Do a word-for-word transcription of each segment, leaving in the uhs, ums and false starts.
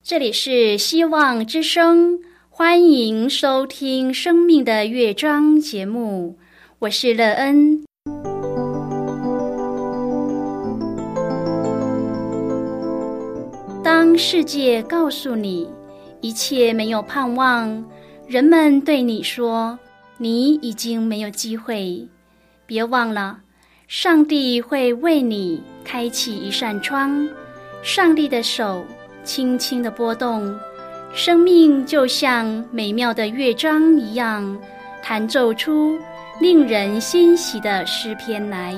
这里是希望之声，欢迎收听生命的乐章节目，我是乐恩。当世界告诉你一切没有盼望，人们对你说你已经没有机会，别忘了上帝会为你开启一扇窗，上帝的手轻轻地拨动，生命就像美妙的乐章一样，弹奏出令人欣喜的诗篇来。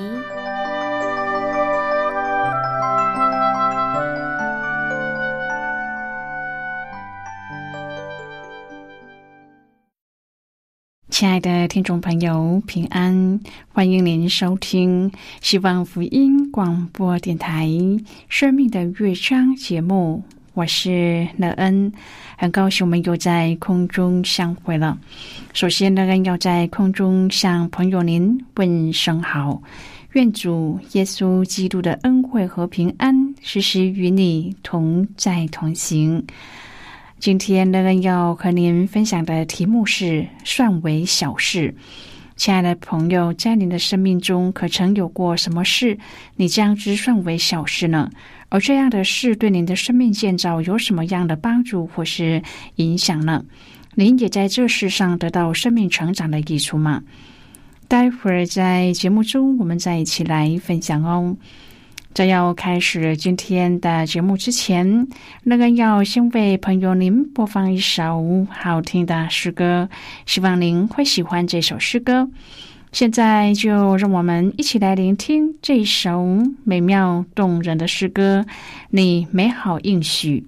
亲爱的听众朋友，平安，欢迎您收听希望福音广播电台生命的乐章节目，我是乐恩，很高兴我们又在空中相会了。首先，乐恩要在空中向朋友您问声好，愿主耶稣基督的恩惠和平安时时与你同在同行。今天乐恩要和您分享的题目是算为小事。亲爱的朋友，在您的生命中可曾有过什么事你将之算为小事呢？而这样的事对您的生命建造有什么样的帮助或是影响呢？您也在这世上得到生命成长的益处吗？待会儿在节目中我们再一起来分享哦。在要开始今天的节目之前，乐恩要先为朋友您播放一首好听的诗歌，希望您会喜欢这首诗歌。现在就让我们一起来聆听这首美妙动人的诗歌，你美好应许。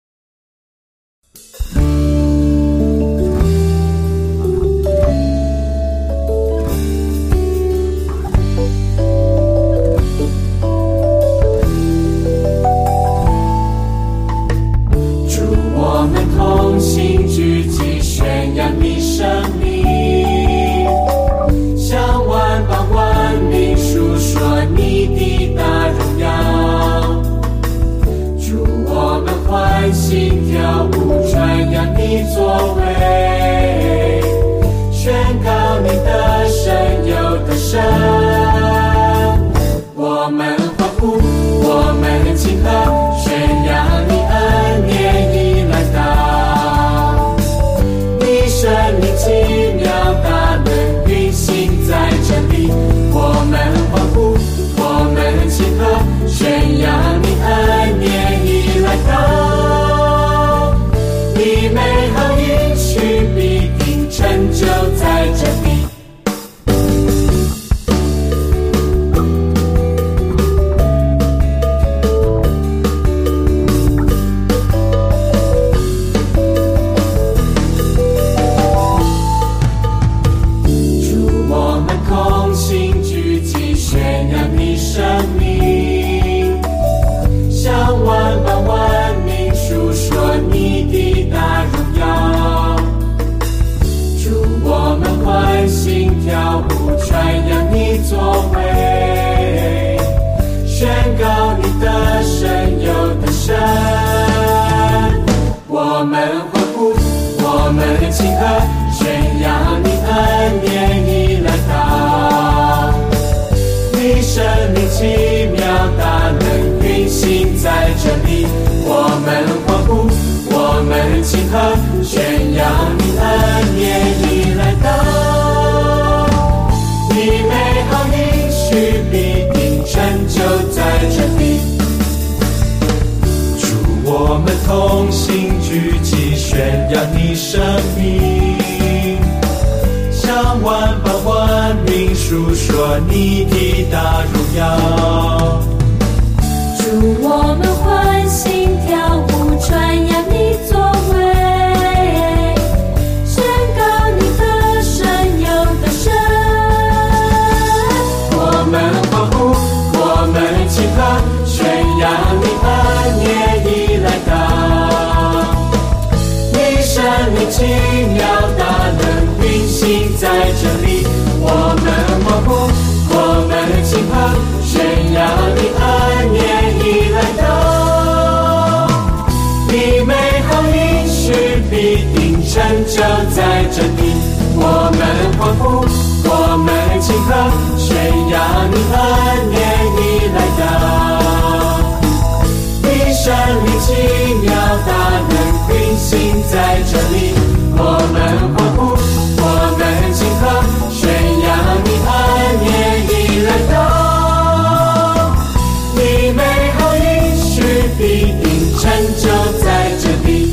同心聚集宣扬你生命，向万邦万民述说你的大荣耀。祝我们欢欣跳舞，传扬你作为，宣告你的神有的神。我们欢呼，我们庆贺，宣扬你恩典已来到。生命奇妙大能运行在这里，我们欢呼，我们庆贺，宣扬你恩典已来到。你美好应许必定成就在这里。同心聚集宣扬你生命，向万邦万民述说你的大荣耀。 祝我们欢欣跳舞，传扬你作为，宣告你的神有的神。 我们欢呼，我们庆贺，宣扬你恩典已来到。生命奇妙大能运行在这里，我们欢呼，我们庆贺，宣扬就在这里，我们欢呼，我们庆贺，宣扬你恩典已来到。你生命奇妙大能运行在这里，我们欢呼，我们庆贺，宣扬你恩典已来到。你美好应许必定成就在这里。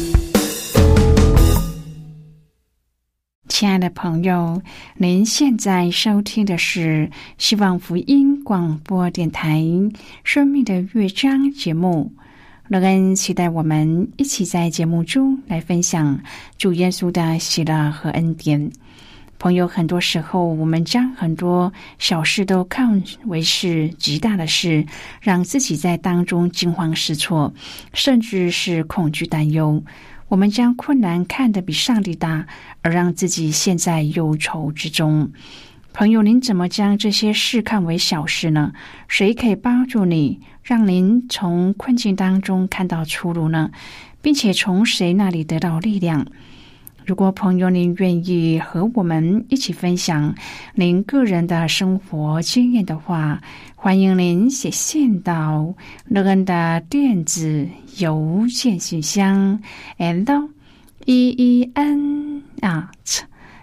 亲爱的朋友，您现在收听的是希望福音广播电台生命的乐章节目。乐恩期待我们一起在节目中来分享主耶稣的喜乐和恩典。朋友，很多时候我们将很多小事都看为是极大的事，让自己在当中惊慌失措，甚至是恐惧担忧。我们将困难看得比上帝大，而让自己陷在忧愁之中。朋友，您怎么将这些事看为小事呢？谁可以帮助你，让您从困境当中看到出路呢？并且从谁那里得到力量？如果朋友您愿意和我们一起分享您个人的生活经验的话，欢迎您写信到乐恩的电子邮件信箱 l e e n at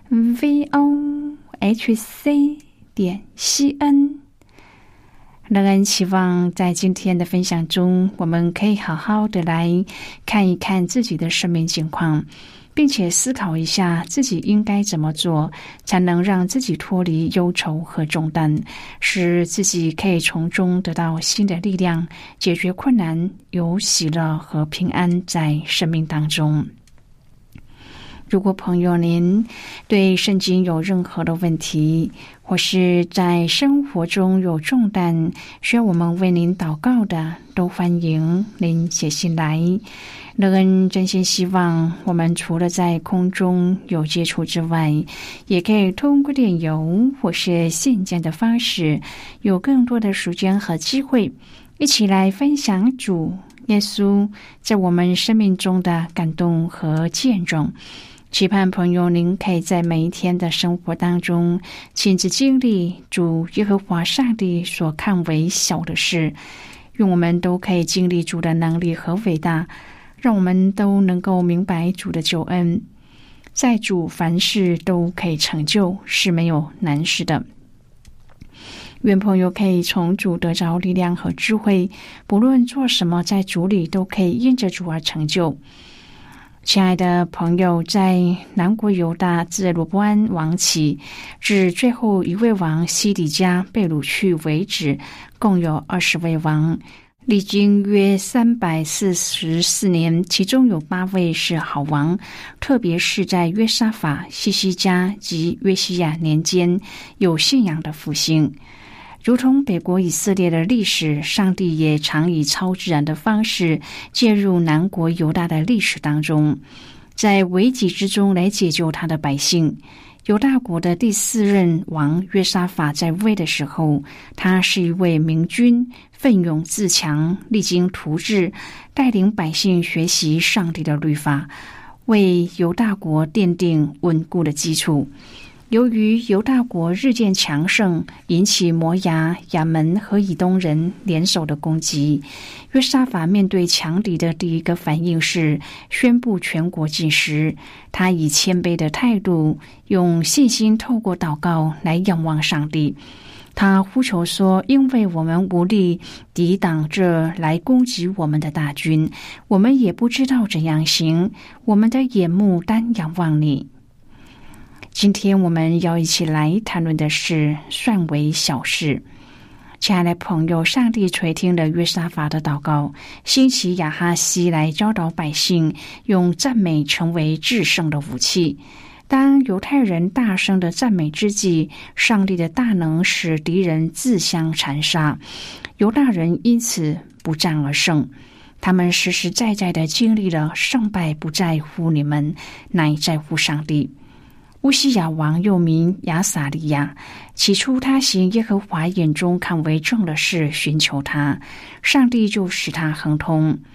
v o h c 点 c n。乐恩期望在今天的分享中，我们可以好好的来看一看自己的生命情况，并且思考一下自己应该怎么做，才能让自己脱离忧愁和重担，使自己可以从中得到新的力量，解决困难，有喜乐和平安在生命当中。如果朋友您对圣经有任何的问题，或是在生活中有重担需要我们为您祷告的，都欢迎您写信来。乐恩真心希望我们除了在空中有接触之外，也可以通过电邮或是信件的方式，有更多的时间和机会一起来分享主耶稣在我们生命中的感动和见证。期盼朋友您可以在每一天的生活当中亲自经历主耶和华上帝所看为小的事，愿我们都可以经历主的能力和伟大，让我们都能够明白主的救恩，在主凡事都可以成就，是没有难事的。愿朋友可以从主得着力量和智慧，不论做什么，在主里都可以因着主而成就。亲爱的朋友，在南国犹大自罗波安王起至最后一位王西底家被掳去为止，共有二十位王，历经约三百四十四年，其中有八位是好王，特别是在约沙法、西西家及约西亚年间有信仰的复兴。如同北国以色列的历史，上帝也常以超自然的方式介入南国犹大的历史当中，在危急之中来解救他的百姓。犹大国的第四任王约沙法在位的时候，他是一位明君，奋勇自强，励精图治，带领百姓学习上帝的律法，为犹大国奠定稳固的基础。由于犹大国日渐强盛，引起摩押、亚门和以东人联手的攻击，约沙法面对强敌的第一个反应是宣布全国禁食。他以谦卑的态度，用信心透过祷告来仰望上帝。他呼求说，因为我们无力抵挡这来攻击我们的大军，我们也不知道怎样行，我们的眼目单仰望你。今天我们要一起来谈论的是算为小事。亲爱的朋友，上帝垂听了约沙法的祷告，兴起亚哈西来教导百姓，用赞美成为制胜的武器。当犹太人大声的赞美之际，上帝的大能使敌人自相残杀，犹大人因此不战而胜。他们实实在在的经历了胜败不在乎你们，乃在乎上帝。乌西雅王又名亚撒利亚，起初他行耶和华眼中看为正的事，寻求他，上帝就使他亨通。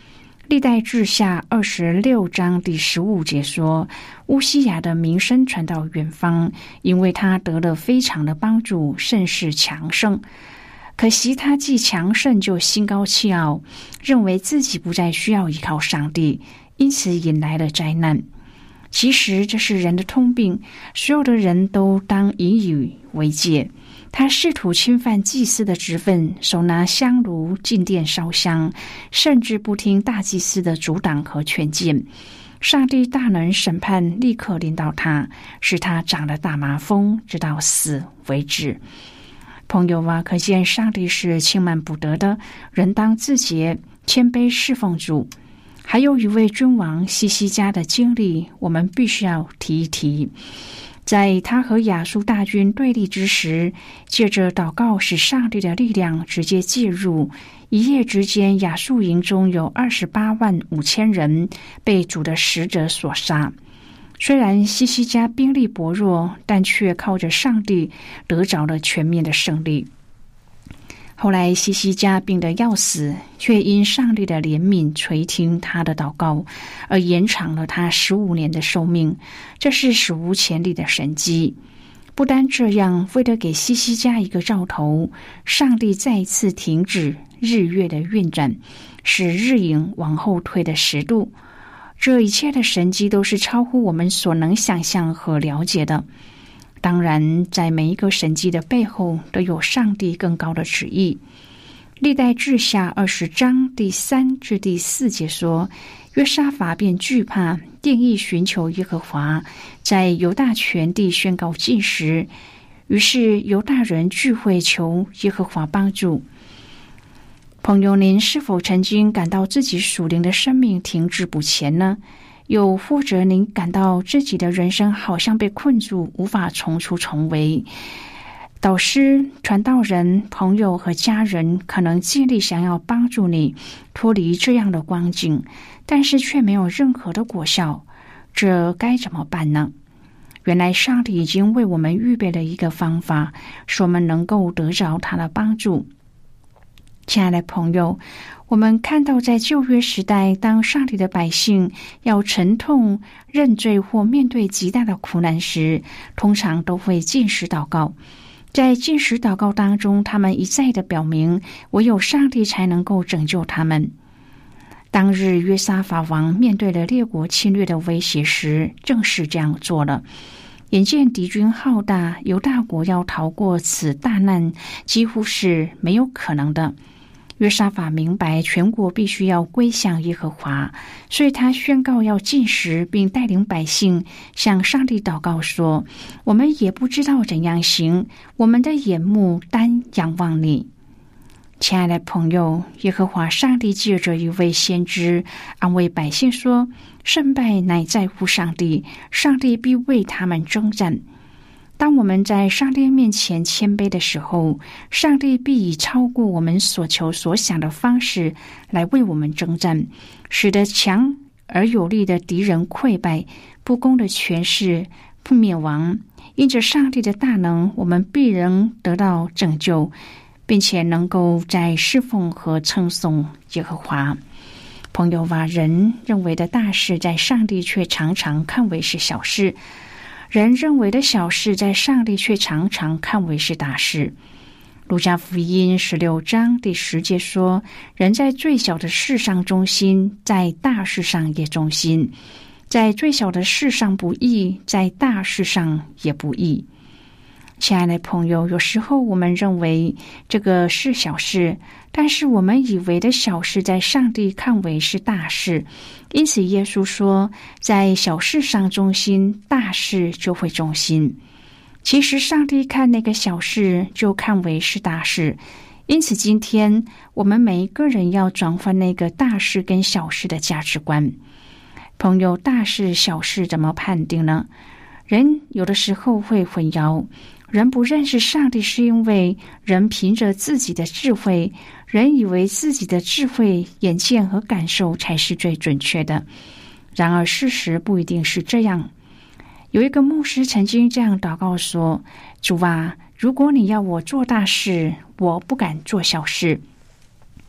历代志下二十六章第十五节说，乌西雅的名声传到远方，因为他得了非常的帮助，甚是强盛。可惜他既强盛就心高气傲，认为自己不再需要依靠上帝，因此引来了灾难。其实这是人的通病，所有的人都当引以为戒。他试图侵犯祭司的职分，手拿香炉进殿烧香，甚至不听大祭司的阻挡和劝谏。上帝大能审判立刻临到他，使他长了大麻风，直到死为止。朋友啊，可见上帝是轻慢不得的，人当自洁，谦卑侍奉主。还有一位君王西西家的经历，我们必须要提一提。在他和亚述大军对立之时，借着祷告使上帝的力量直接介入，一夜之间亚述营中有二十八万五千人被主的使者所杀。虽然西西家兵力薄弱，但却靠着上帝得着了全面的胜利。后来西西家病得要死，却因上帝的怜悯垂听他的祷告，而延长了他十五年的寿命，这是史无前例的神迹。不单这样，为了给西西家一个兆头，上帝再一次停止日月的运转，使日影往后退的十度。这一切的神迹都是超乎我们所能想象和了解的。当然，在每一个神迹的背后都有上帝更高的旨意。历代志下二十章第三至第四节说，约沙法便惧怕，定义寻求耶和华，在犹大全地宣告禁食。于是犹大人聚会求耶和华帮助。朋友，您是否曾经感到自己属灵的生命停滞不前呢？又或者您感到自己的人生好像被困住，无法重出重围？导师、传道人、朋友和家人可能尽力想要帮助你脱离这样的光景，但是却没有任何的果效，这该怎么办呢？原来上帝已经为我们预备了一个方法，使我们能够得着他的帮助。亲爱的朋友，我们看到在旧约时代，当上帝的百姓要沉痛认罪或面对极大的苦难时，通常都会禁食祷告。在禁食祷告当中，他们一再的表明，唯有上帝才能够拯救他们。当日约沙法王面对了列国侵略的威胁时，正是这样做了。眼见敌军浩大，犹大国要逃过此大难几乎是没有可能的。约沙法明白全国必须要归向耶和华，所以他宣告要禁食，并带领百姓向上帝祷告说，我们也不知道怎样行，我们的眼目单仰望你。亲爱的朋友，耶和华上帝借着一位先知安慰百姓说，胜败乃在乎上帝，上帝必为他们征战。当我们在上帝面前谦卑的时候，上帝必以超过我们所求所想的方式来为我们征战，使得强而有力的敌人溃败，不公的权势不灭亡。因着上帝的大能，我们必能得到拯救，并且能够在侍奉和称颂耶和华。朋友啊，人认为的大事，在上帝却常常看为是小事；人认为的小事，在上帝却常常看为是大事。路加福音十六章第十节说，人在最小的事上忠心，在大事上也忠心；在最小的事上不义，在大事上也不义。亲爱的朋友，有时候我们认为这个是小事，但是我们以为的小事，在上帝看为是大事。因此耶稣说，在小事上忠心，大事就会忠心。其实上帝看那个小事，就看为是大事。因此今天我们每一个人要转换那个大事跟小事的价值观。朋友，大事小事怎么判定呢？人有的时候会混淆，人不认识上帝，是因为人凭着自己的智慧，人以为自己的智慧、眼见和感受才是最准确的。然而事实不一定是这样。有一个牧师曾经这样祷告说，主啊，如果你要我做大事，我不敢做小事；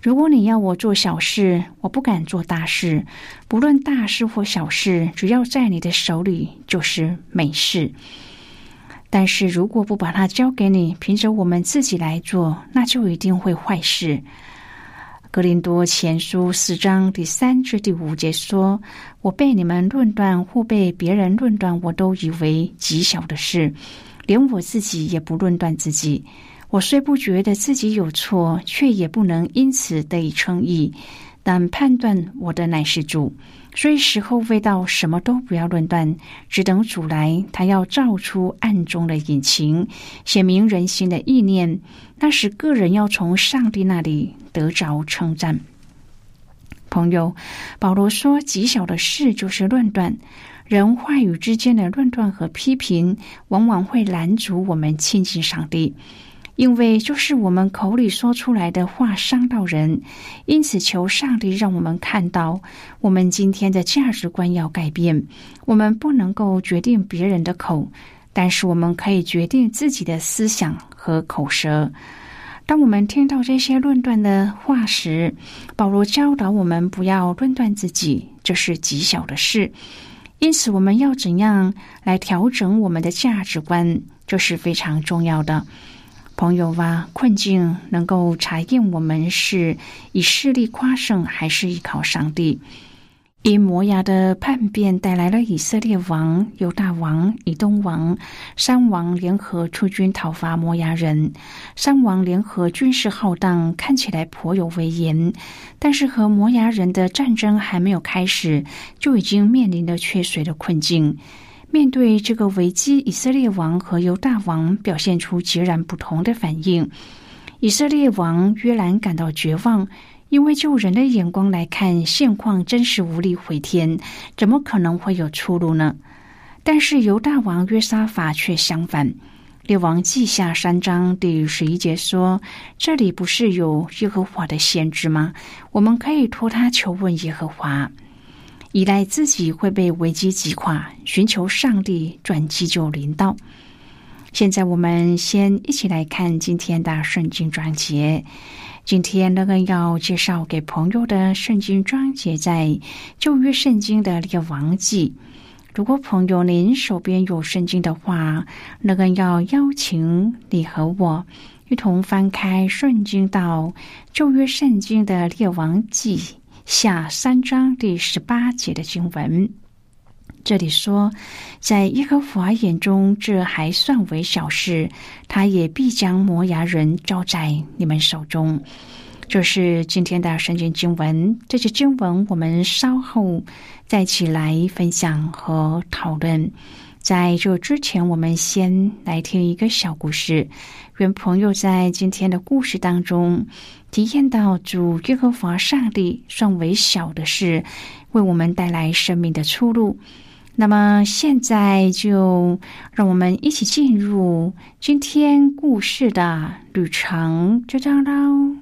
如果你要我做小事，我不敢做大事，不论大事或小事，只要在你的手里就是美事。但是如果不把它交给你，凭着我们自己来做，那就一定会坏事。哥林多前书四章第三至第五节说，我被你们论断或被别人论断，我都以为极小的事，连我自己也不论断自己。我虽不觉得自己有错，却也不能因此得以称义，但判断我的乃是主。所以时候未到，什么都不要论断，只等主来，他要照出暗中的隐情，显明人心的意念，那时个人要从上帝那里得着称赞。朋友，保罗说，极小的事就是论断。人话语之间的论断和批评，往往会拦阻我们亲近上帝，因为就是我们口里说出来的话伤到人。因此求上帝让我们看到，我们今天的价值观要改变。我们不能够决定别人的口，但是我们可以决定自己的思想和口舌。当我们听到这些论断的话时，保罗教导我们不要论断自己，这是极小的事。因此我们要怎样来调整我们的价值观，这是非常重要的。朋友啊，困境能够查验我们是以势力夸胜还是依靠上帝。因摩押的叛变带来了以色列王、犹大王、以东王三王联合出军讨伐摩押人。三王联合军事浩荡，看起来颇有威严，但是和摩押人的战争还没有开始，就已经面临了缺水的困境。面对这个危机，以色列王和犹大王表现出截然不同的反应。以色列王约兰感到绝望，因为就人的眼光来看，现况真是无力回天，怎么可能会有出路呢？但是犹大王约沙法却相反。列王记下三章第十一节说，这里不是有耶和华的先知吗？我们可以托他求问耶和华。依赖自己会被危机击垮，寻求上帝，转机就临到。现在我们先一起来看今天的圣经章节。今天那个要介绍给朋友的圣经章节在旧约圣经的列王记。如果朋友您手边有圣经的话，那个要邀请你和我一同翻开圣经到旧约圣经的列王记下三章第十八节的经文。这里说，在耶和华眼中这还算为小事，他也必将摩押人交在你们手中。这是今天的圣经经文，这些经文我们稍后再一起来分享和讨论。在这之前，我们先来听一个小故事，愿朋友在今天的故事当中体验到主耶和华上帝算为小的事，为我们带来生命的出路。那么现在就让我们一起进入今天故事的旅程，就这样喽。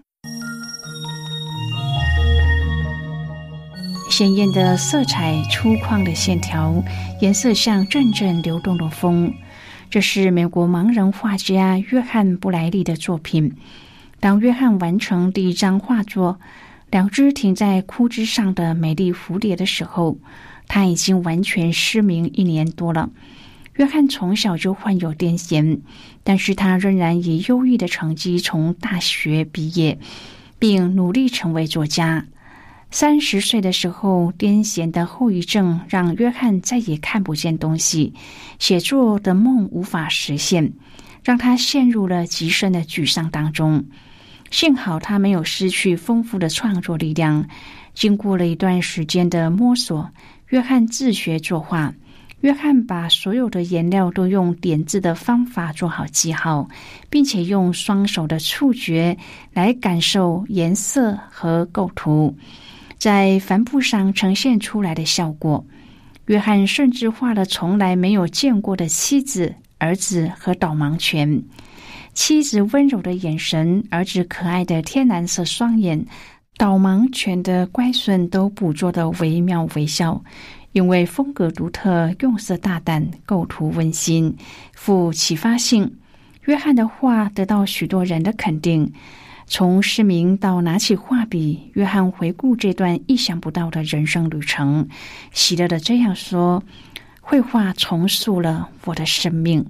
鲜艳的色彩，粗犷的线条，颜色像阵阵流动的风。这是美国盲人画家约翰布莱利的作品。当约翰完成第一张画作，两只停在枯枝上的美丽蝴蝶的时候，他已经完全失明一年多了。约翰从小就患有癫痫，但是他仍然以优异的成绩从大学毕业，并努力成为作家。三十岁的时候，癫痫的后遗症让约翰再也看不见东西，写作的梦无法实现，让他陷入了极深的沮丧当中。幸好他没有失去丰富的创作力量。经过了一段时间的摸索，约翰自学作画。约翰把所有的颜料都用点字的方法做好记号，并且用双手的触觉来感受颜色和构图，在帆布上呈现出来的效果。约翰甚至画了从来没有见过的妻子、儿子和导盲犬。妻子温柔的眼神，儿子可爱的天蓝色双眼，导盲犬的乖孙都捕捉得惟妙惟肖。因为风格独特，用色大胆，构图温馨，富启发性，约翰的画得到许多人的肯定。 从失明到拿起画笔，约翰回顾这段意想不到的人生旅程，喜乐的这样说：绘画重塑了我的生命。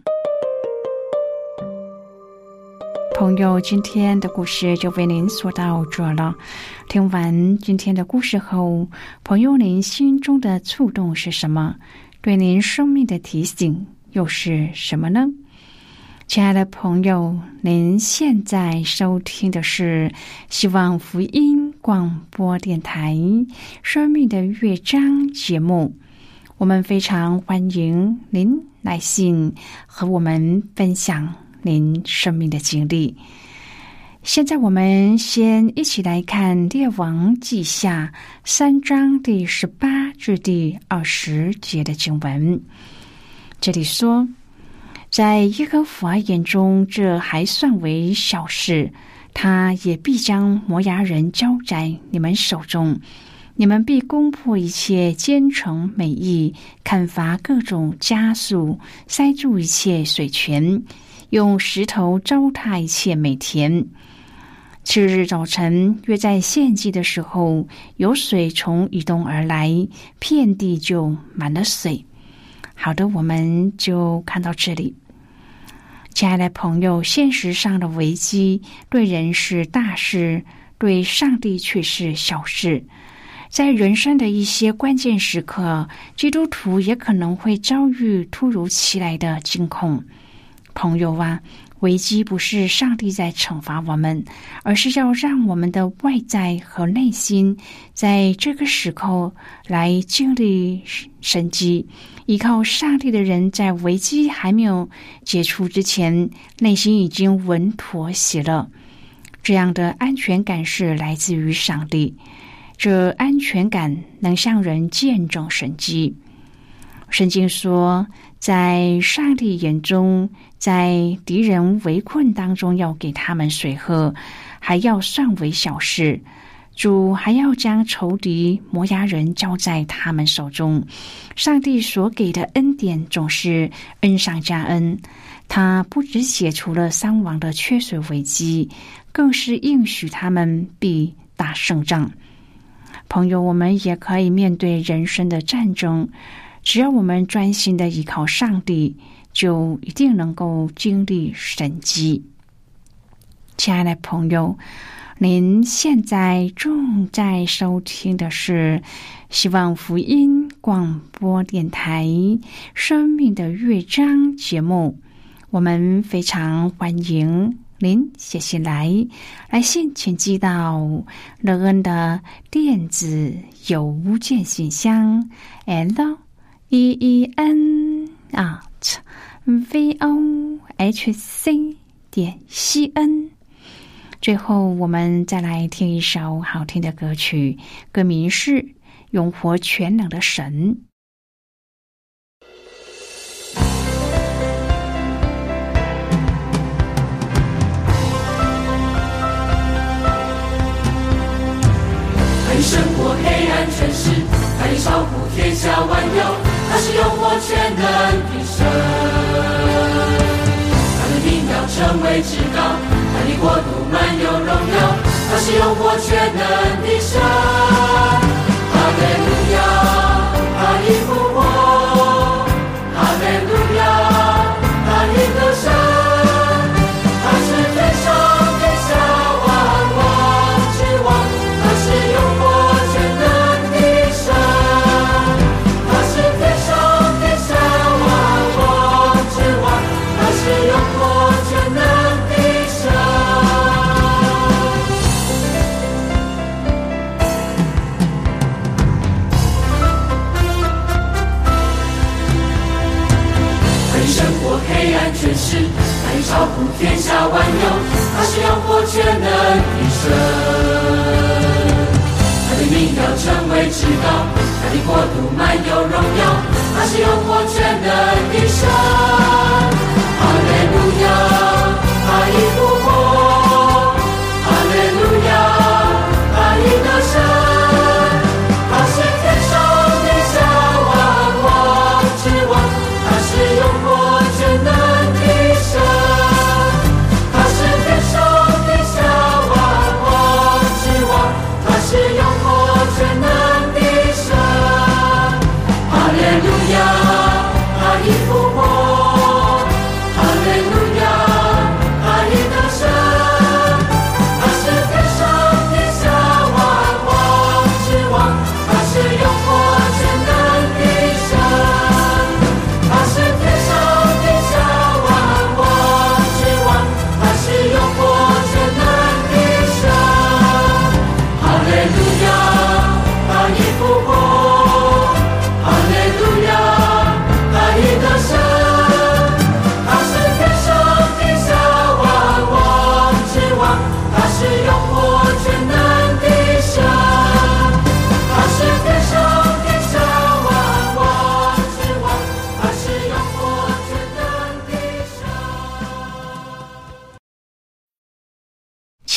朋友，今天的故事就为您说到这了。听完今天的故事后，朋友您心中的触动是什么？对您生命的提醒又是什么呢？亲爱的朋友，您现在收听的是希望福音广播电台生命的乐章节目，我们非常欢迎您来信和我们分享您生命的经历。现在我们先一起来看列王记下三章第十八至第二十节的经文。这里说，在耶和华眼中这还算为小事，他也必将摩押人交在你们手中，你们必攻破一切奸臣美意，砍伐各种家畜，塞住一切水泉，用石头糟蹋一切美田。次日早晨，约在献祭的时候，有水从以东而来，遍地就满了水。好的，我们就看到这里。亲爱的朋友，现实上的危机对人是大事，对上帝却是小事。在人生的一些关键时刻，基督徒也可能会遭遇突如其来的惊恐。朋友啊，危机不是上帝在惩罚我们，而是要让我们的外在和内心在这个时刻来经历神迹。依靠上帝的人，在危机还没有解除之前，内心已经稳妥喜乐。这样的安全感是来自于上帝，这安全感能向人见证神迹。圣经说，在上帝眼中，在敌人围困当中要给他们水喝，还要算为小事。主还要将仇敌摩押人交在他们手中。上帝所给的恩典总是恩上加恩，他不只解除了伤亡的缺水危机，更是应许他们必打胜仗。朋友，我们也可以面对人生的战争，只要我们专心的依靠上帝，就一定能够经历神迹。亲爱的朋友，您现在正在收听的是希望福音广播电台生命的乐章节目，我们非常欢迎您写信来，来信请寄到乐恩的电子邮件信箱 l e e n at v o h c 点 c n。最后，我们再来听一首好听的歌曲，歌名是《永活全能的神》。 他已胜过黑暗权势，他已超乎天下万有，他是永活全能的神。他的名要成为至高，他的国度满有荣耀，他是永活全能的神。哈利路亚，他已复活，哈利路亚，他已得胜，他是天上天下万王之王，他是永活全能的神，他是天上天下万王之王，他是永活全能的神。他已胜过黑暗权势，他已超乎天下万有，他是永活全能的神。他的名要成为至高，他的国度满有荣耀，他是永活全能的神。哈利路亚，他已复活，哈利路亚，他已得胜，他是天上天下万王之王，他是永活全能的神，他是天上天下万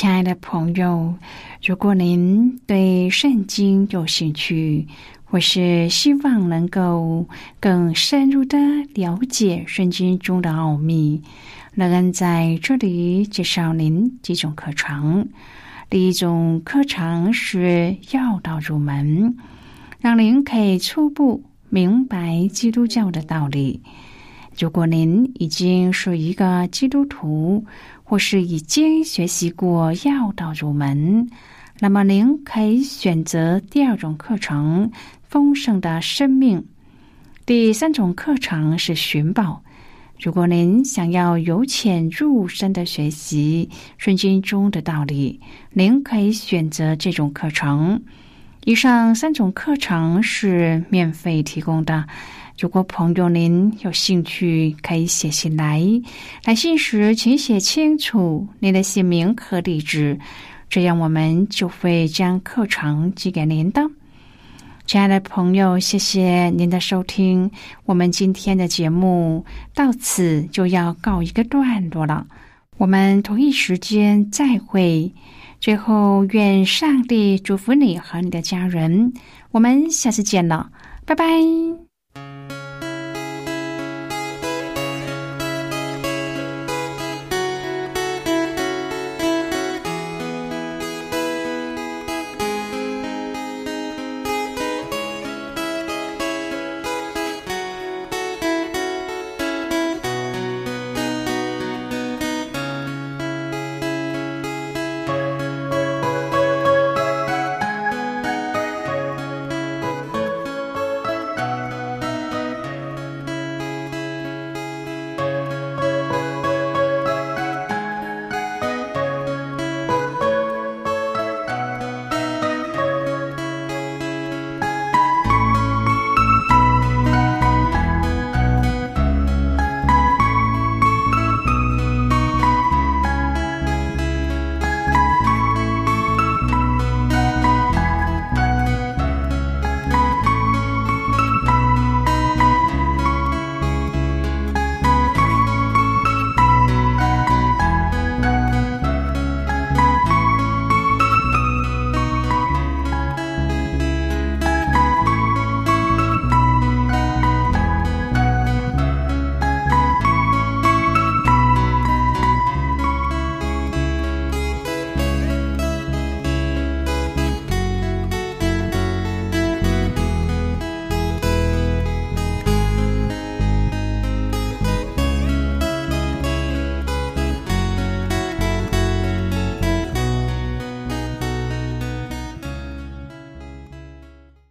亲爱的朋友，如果您对圣经有兴趣，或是希望能够更深入的了解圣经中的奥秘，乐恩在这里介绍您几种课程。第一种课程是要道入门，让您可以初步明白基督教的道理。如果您已经是一个基督徒，或是已经学习过要道入门，那么您可以选择第二种课程，丰盛的生命。第三种课程是寻宝。如果您想要由浅入深的学习圣经中的道理，您可以选择这种课程。以上三种课程是免费提供的。如果朋友您有兴趣，可以写信来。来信时请写清楚您的姓名和地址，这样我们就会将课程寄给您的。亲爱的朋友，谢谢您的收听，我们今天的节目到此就要告一个段落了，我们同一时间再会。最后，愿上帝祝福你和你的家人，我们下次见了，拜拜。